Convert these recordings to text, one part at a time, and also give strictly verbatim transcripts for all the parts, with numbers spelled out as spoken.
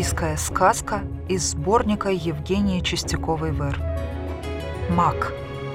Индийская сказка из сборника Евгении Чистяковой-Вэр. Мак.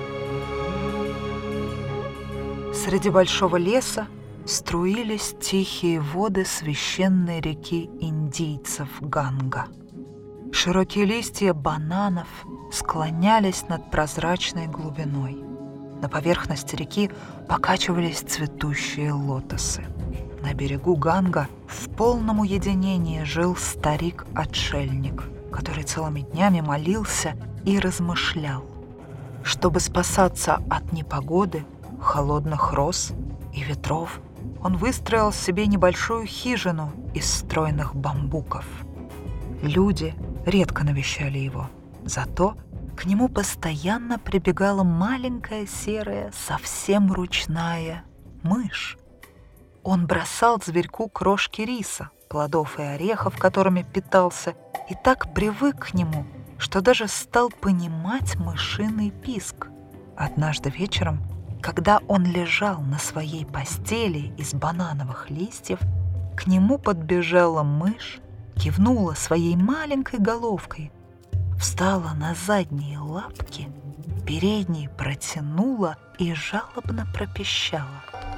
Среди большого леса струились тихие воды священной реки индийцев Ганга. Широкие листья бананов склонялись над прозрачной глубиной. На поверхности реки покачивались цветущие лотосы. На берегу Ганга в полном уединении жил старик-отшельник, который целыми днями молился и размышлял. Чтобы спасаться от непогоды, холодных роз и ветров, он выстроил себе небольшую хижину из стройных бамбуков. Люди редко навещали его, зато к нему постоянно прибегала маленькая серая, совсем ручная мышь. Он бросал зверьку крошки риса, плодов и орехов, которыми питался, и так привык к нему, что даже стал понимать мышиный писк. Однажды вечером, когда он лежал на своей постели из банановых листьев, к нему подбежала мышь, кивнула своей маленькой головкой, встала на задние лапки, передние протянула и жалобно пропищала.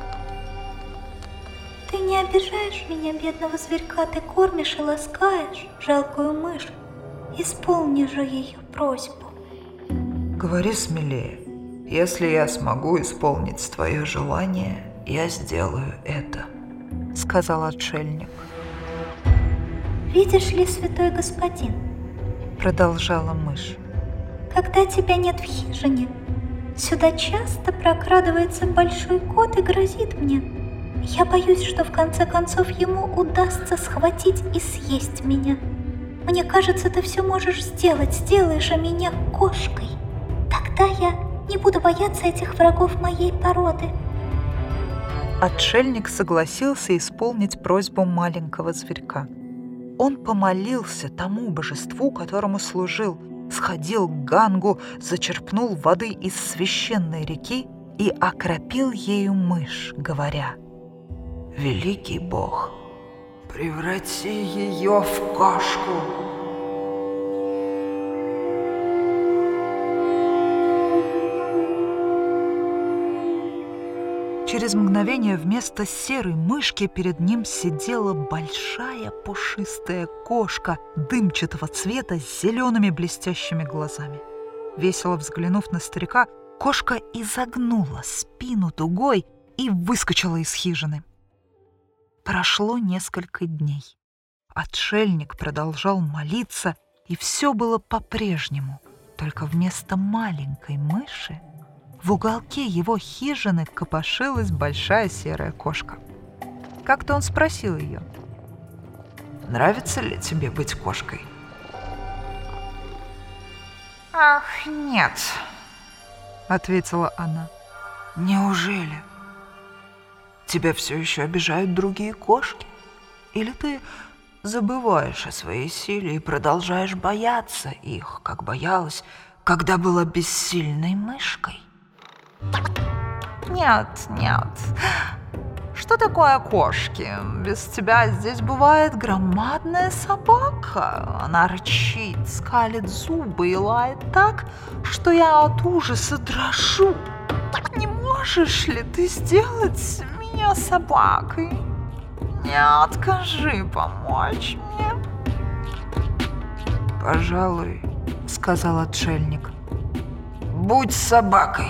«Ты не обижаешь меня, бедного зверька, ты кормишь и ласкаешь жалкую мышь. Исполни же ее просьбу». «Говори смелее. Если я смогу исполнить твое желание, я сделаю это», — сказал отшельник. «Видишь ли, святой господин, — продолжала мышь, — когда тебя нет в хижине, сюда часто прокрадывается большой кот и грозит мне. Я боюсь, что в конце концов ему удастся схватить и съесть меня. Мне кажется, ты все можешь сделать, сделаешь же меня кошкой. Тогда я не буду бояться этих врагов моей породы». Отшельник согласился исполнить просьбу маленького зверька. Он помолился тому божеству, которому служил, сходил к Гангу, зачерпнул воды из священной реки и окропил ею мышь, говоря: «Великий Бог, преврати ее в кошку». Через мгновение вместо серой мышки перед ним сидела большая пушистая кошка дымчатого цвета с зелеными блестящими глазами. Весело взглянув на старика, кошка изогнула спину дугой и выскочила из хижины. Прошло несколько дней. Отшельник продолжал молиться, и все было по-прежнему, только вместо маленькой мыши в уголке его хижины копошилась большая серая кошка. Как-то он спросил ее: «Нравится ли тебе быть кошкой?» «Ах, нет», — ответила она. «Неужели? Тебя все еще обижают другие кошки? Или ты забываешь о своей силе и продолжаешь бояться их, как боялась, когда была бессильной мышкой?» «Нет, нет. Что такое кошки? Без тебя здесь бывает громадная собака. Она рычит, скалит зубы и лает так, что я от ужаса дрожу. Не можешь ли ты сделать меня собакой? Не откажи помочь мне». «Пожалуй, — сказал отшельник, — будь собакой».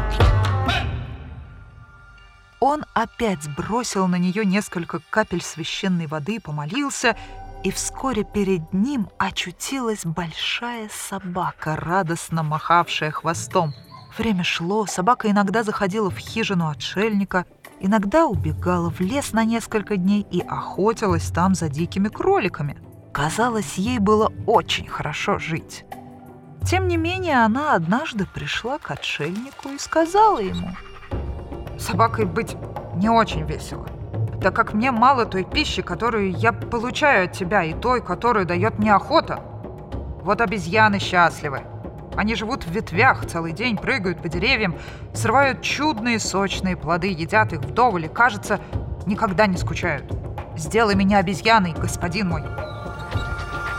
Он опять бросил на нее несколько капель священной воды и помолился, и вскоре перед ним очутилась большая собака, радостно махавшая хвостом. Время шло, собака иногда заходила в хижину отшельника, иногда убегала в лес на несколько дней и охотилась там за дикими кроликами. Казалось, ей было очень хорошо жить. Тем не менее, она однажды пришла к отшельнику и сказала ему: «Собакой быть не очень весело, так как мне мало той пищи, которую я получаю от тебя, и той, которую дает мне охота. Вот обезьяны счастливы. Они живут в ветвях, целый день прыгают по деревьям, срывают чудные сочные плоды, едят их вдоволь и, кажется, никогда не скучают. Сделай меня обезьяной, господин мой».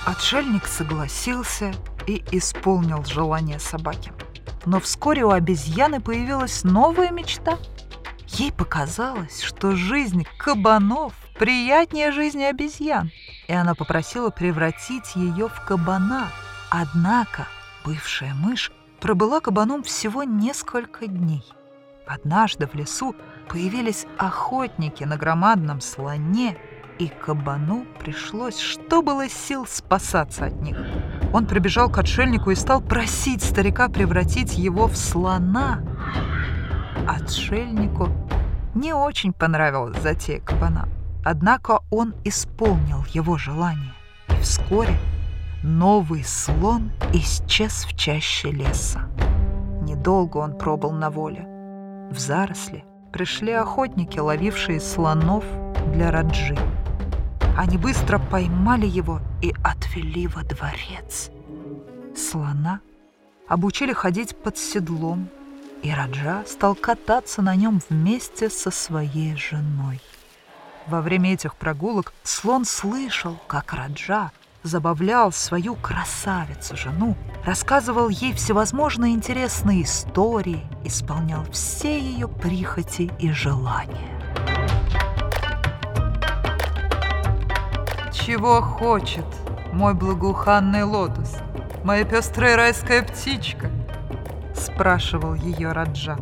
Отшельник согласился и исполнил желание собаки. Но вскоре у обезьяны появилась новая мечта. Ей показалось, что жизнь кабанов приятнее жизни обезьян, и она попросила превратить ее в кабана. Однако бывшая мышь пробыла кабаном всего несколько дней. Однажды в лесу появились охотники на громадном слоне, и кабану пришлось, что было сил, спасаться от них. Он прибежал к отшельнику и стал просить старика превратить его в слона. Отшельнику не очень понравилась затея кабана, однако он исполнил его желание, и вскоре новый слон исчез в чаще леса. Недолго он пробыл на воле. В заросли пришли охотники, ловившие слонов для Раджи. Они быстро поймали его и отвели во дворец. Слона обучили ходить под седлом, и Раджа стал кататься на нем вместе со своей женой. Во время этих прогулок слон слышал, как Раджа забавлял свою красавицу-жену, рассказывал ей всевозможные интересные истории, исполнял все ее прихоти и желания. «Чего хочет мой благоуханный лотос, моя пестрая райская птичка?» — спрашивал ее Раджа.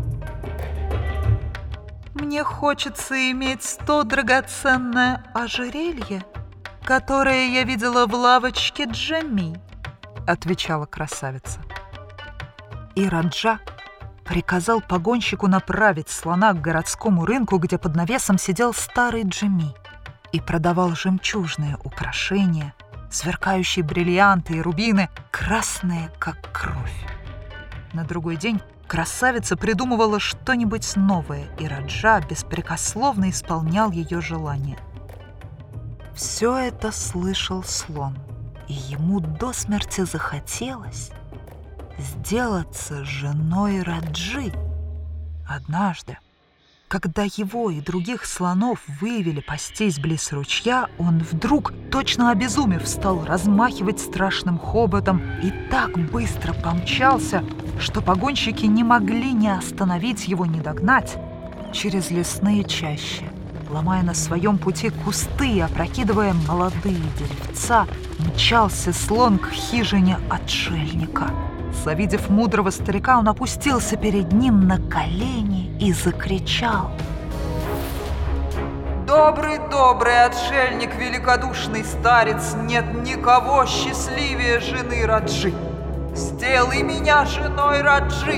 «Мне хочется иметь сто драгоценное ожерелье, которое я видела в лавочке Джами», — отвечала красавица. И Раджа приказал погонщику направить слона к городскому рынку, где под навесом сидел старый Джами и продавал жемчужные украшения, сверкающие бриллианты и рубины, красные, как кровь. На другой день красавица придумывала что-нибудь новое, и Раджа беспрекословно исполнял ее желание. Все это слышал слон, и ему до смерти захотелось сделаться женой Раджи. Однажды, когда его и других слонов вывели пастись близ ручья, он вдруг, точно обезумев, стал размахивать страшным хоботом и так быстро помчался, что погонщики не могли ни остановить его, ни догнать. Через лесные чащи, ломая на своем пути кусты и опрокидывая молодые деревца, мчался слон к хижине отшельника. Завидев мудрого старика, он опустился перед ним на колени и закричал: «Добрый-добрый отшельник, великодушный старец, нет никого счастливее жены Раджи! Сделай меня женой Раджи!»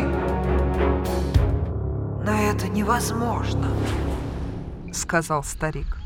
«Но это невозможно», — сказал старик.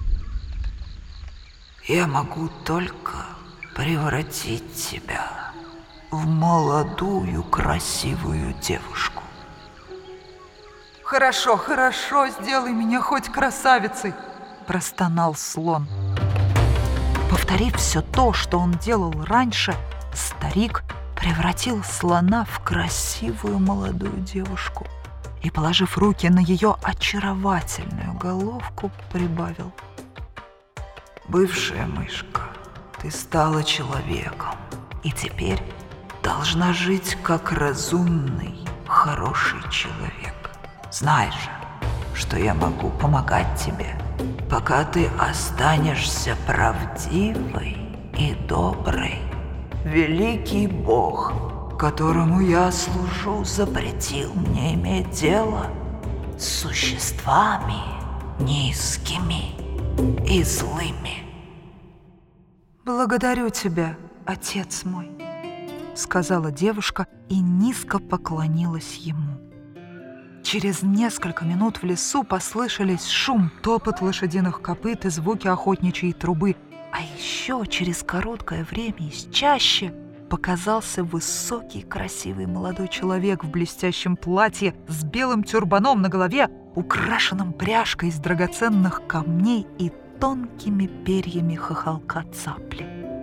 «Я могу только превратить тебя в молодую красивую девушку». «Хорошо, хорошо, сделай меня хоть красавицей», — простонал слон. Повторив все то, что он делал раньше, старик превратил слона в красивую молодую девушку и, положив руки на ее очаровательную головку, прибавил: «Бывшая мышка, ты стала человеком, и теперь должна жить как разумный, хороший человек. Знай же, что я могу помогать тебе, пока ты останешься правдивой и доброй. Великий Бог, которому я служу, запретил мне иметь дело с существами низкими и злыми». «Благодарю тебя, отец мой», — сказала девушка и низко поклонилась ему. Через несколько минут в лесу послышались шум, топот лошадиных копыт и звуки охотничьей трубы, а еще через короткое время из чащи показался высокий, красивый молодой человек в блестящем платье с белым тюрбаном на голове, украшенным пряжкой из драгоценных камней и тонкими перьями хохолка цапли.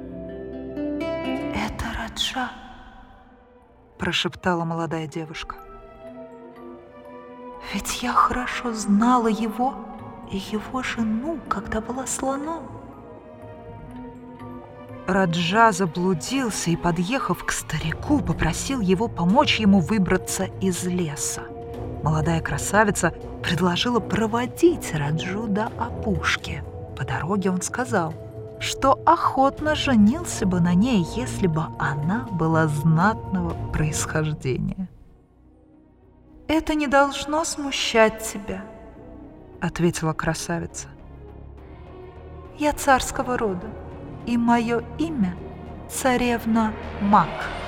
«Это Раджа», — прошептала молодая девушка. «Ведь я хорошо знала его и его жену, когда была слоном». Раджа заблудился и, подъехав к старику, попросил его помочь ему выбраться из леса. Молодая красавица предложила проводить Раджу до опушки. По дороге он сказал, что охотно женился бы на ней, если бы она была знатного происхождения. «Это не должно смущать тебя», — ответила красавица. «Я царского рода, и мое имя — царевна Мак.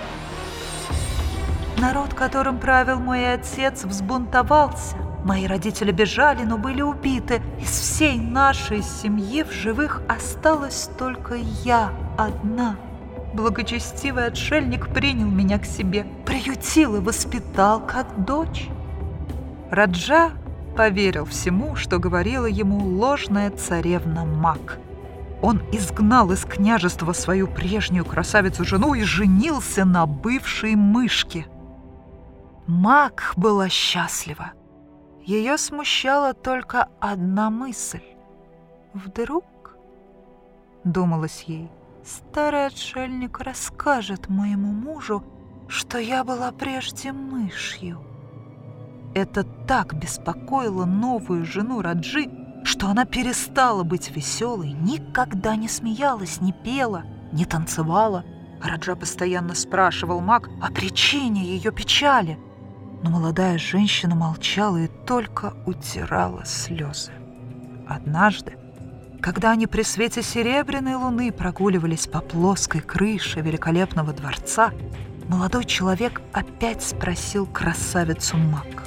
Народ, которым правил мой отец, взбунтовался. Мои родители бежали, но были убиты. Из всей нашей семьи в живых осталась только я одна. Благочестивый отшельник принял меня к себе, приютил и воспитал как дочь». Раджа поверил всему, что говорила ему ложная царевна Мак. Он изгнал из княжества свою прежнюю красавицу-жену и женился на бывшей мышке. Мак была счастлива. Ее смущала только одна мысль. «Вдруг, — думалось ей, — старый отшельник расскажет моему мужу, что я была прежде мышью». Это так беспокоило новую жену Раджи, что она перестала быть веселой, никогда не смеялась, не пела, не танцевала. Раджа постоянно спрашивал Мак о причине ее печали, но молодая женщина молчала и только утирала слезы. Однажды, когда они при свете серебряной луны прогуливались по плоской крыше великолепного дворца, молодой человек опять спросил красавицу Мак: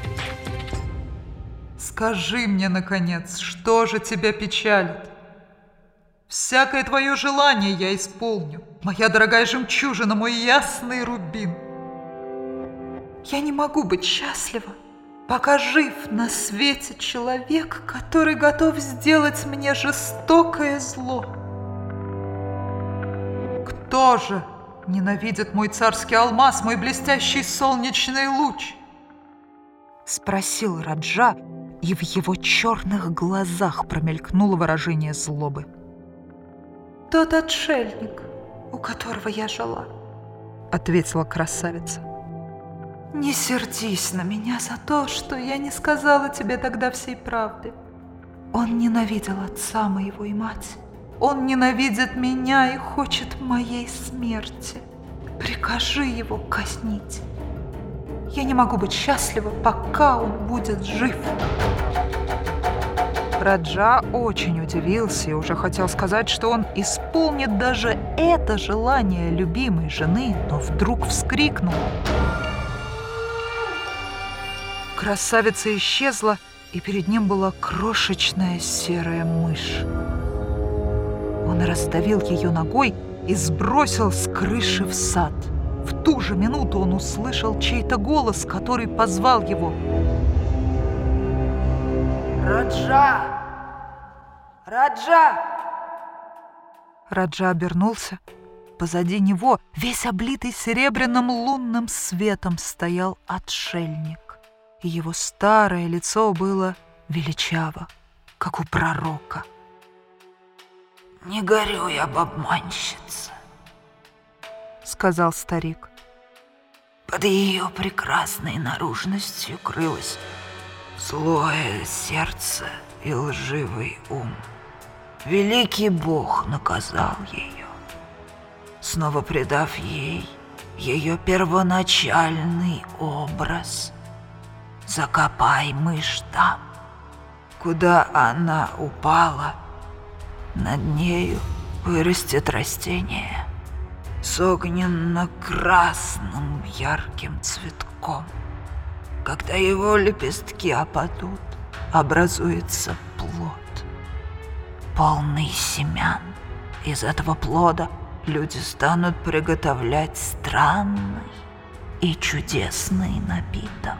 «Скажи мне, наконец, что же тебя печалит? Всякое твое желание я исполню, моя дорогая жемчужина, мой ясный рубин. Я не могу быть счастлива, пока жив на свете человек, который готов сделать мне жестокое зло. Кто же ненавидит мой царский алмаз, мой блестящий солнечный луч?» — спросил Раджа, и в его черных глазах промелькнуло выражение злобы. «Тот отшельник, у которого я жила», — ответила красавица. «Не сердись на меня за то, что я не сказала тебе тогда всей правды. Он ненавидел отца моего и мать. Он ненавидит меня и хочет моей смерти. Прикажи его казнить. Я не могу быть счастлива, пока он будет жив». Раджа очень удивился и уже хотел сказать, что он исполнит даже это желание любимой жены, но вдруг вскрикнул. Красавица исчезла, и перед ним была крошечная серая мышь. Он раздавил ее ногой и сбросил с крыши в сад. В ту же минуту он услышал чей-то голос, который позвал его. «Раджа! Раджа!» Раджа обернулся. Позади него, весь облитый серебряным лунным светом, стоял отшельник. И его старое лицо было величаво, как у пророка. «Не горюй об обманщице», — сказал старик. «Под ее прекрасной наружностью крылось злое сердце и лживый ум. Великий Бог наказал ее, снова придав ей ее первоначальный образ. Закопай мышь там, куда она упала. Над нею вырастет растение с огненно-красным ярким цветком. Когда его лепестки опадут, образуется плод, полный семян. Из этого плода люди станут приготовлять странный и чудесный напиток.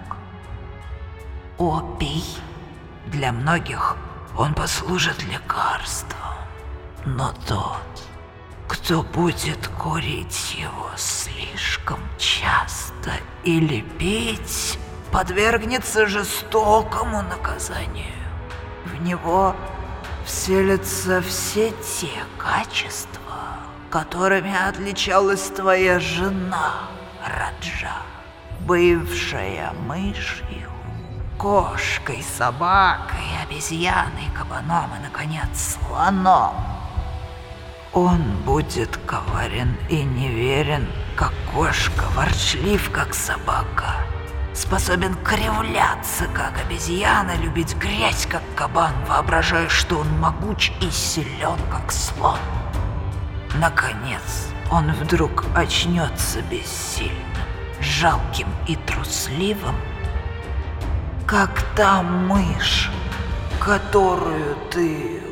Опий. Для многих он послужит лекарством, но тот, кто будет курить его слишком часто или пить, подвергнется жестокому наказанию. В него вселятся все те качества, которыми отличалась твоя жена, Раджа, бывшая мышью, кошкой, собакой, обезьяной, кабаном и, наконец, слоном. Он будет коварен и неверен, как кошка, ворчлив, как собака, способен кривляться, как обезьяна, любить грязь, как кабан, воображая, что он могуч и силен, как слон. Наконец, он вдруг очнется бессильным, жалким и трусливым, как та мышь, которую ты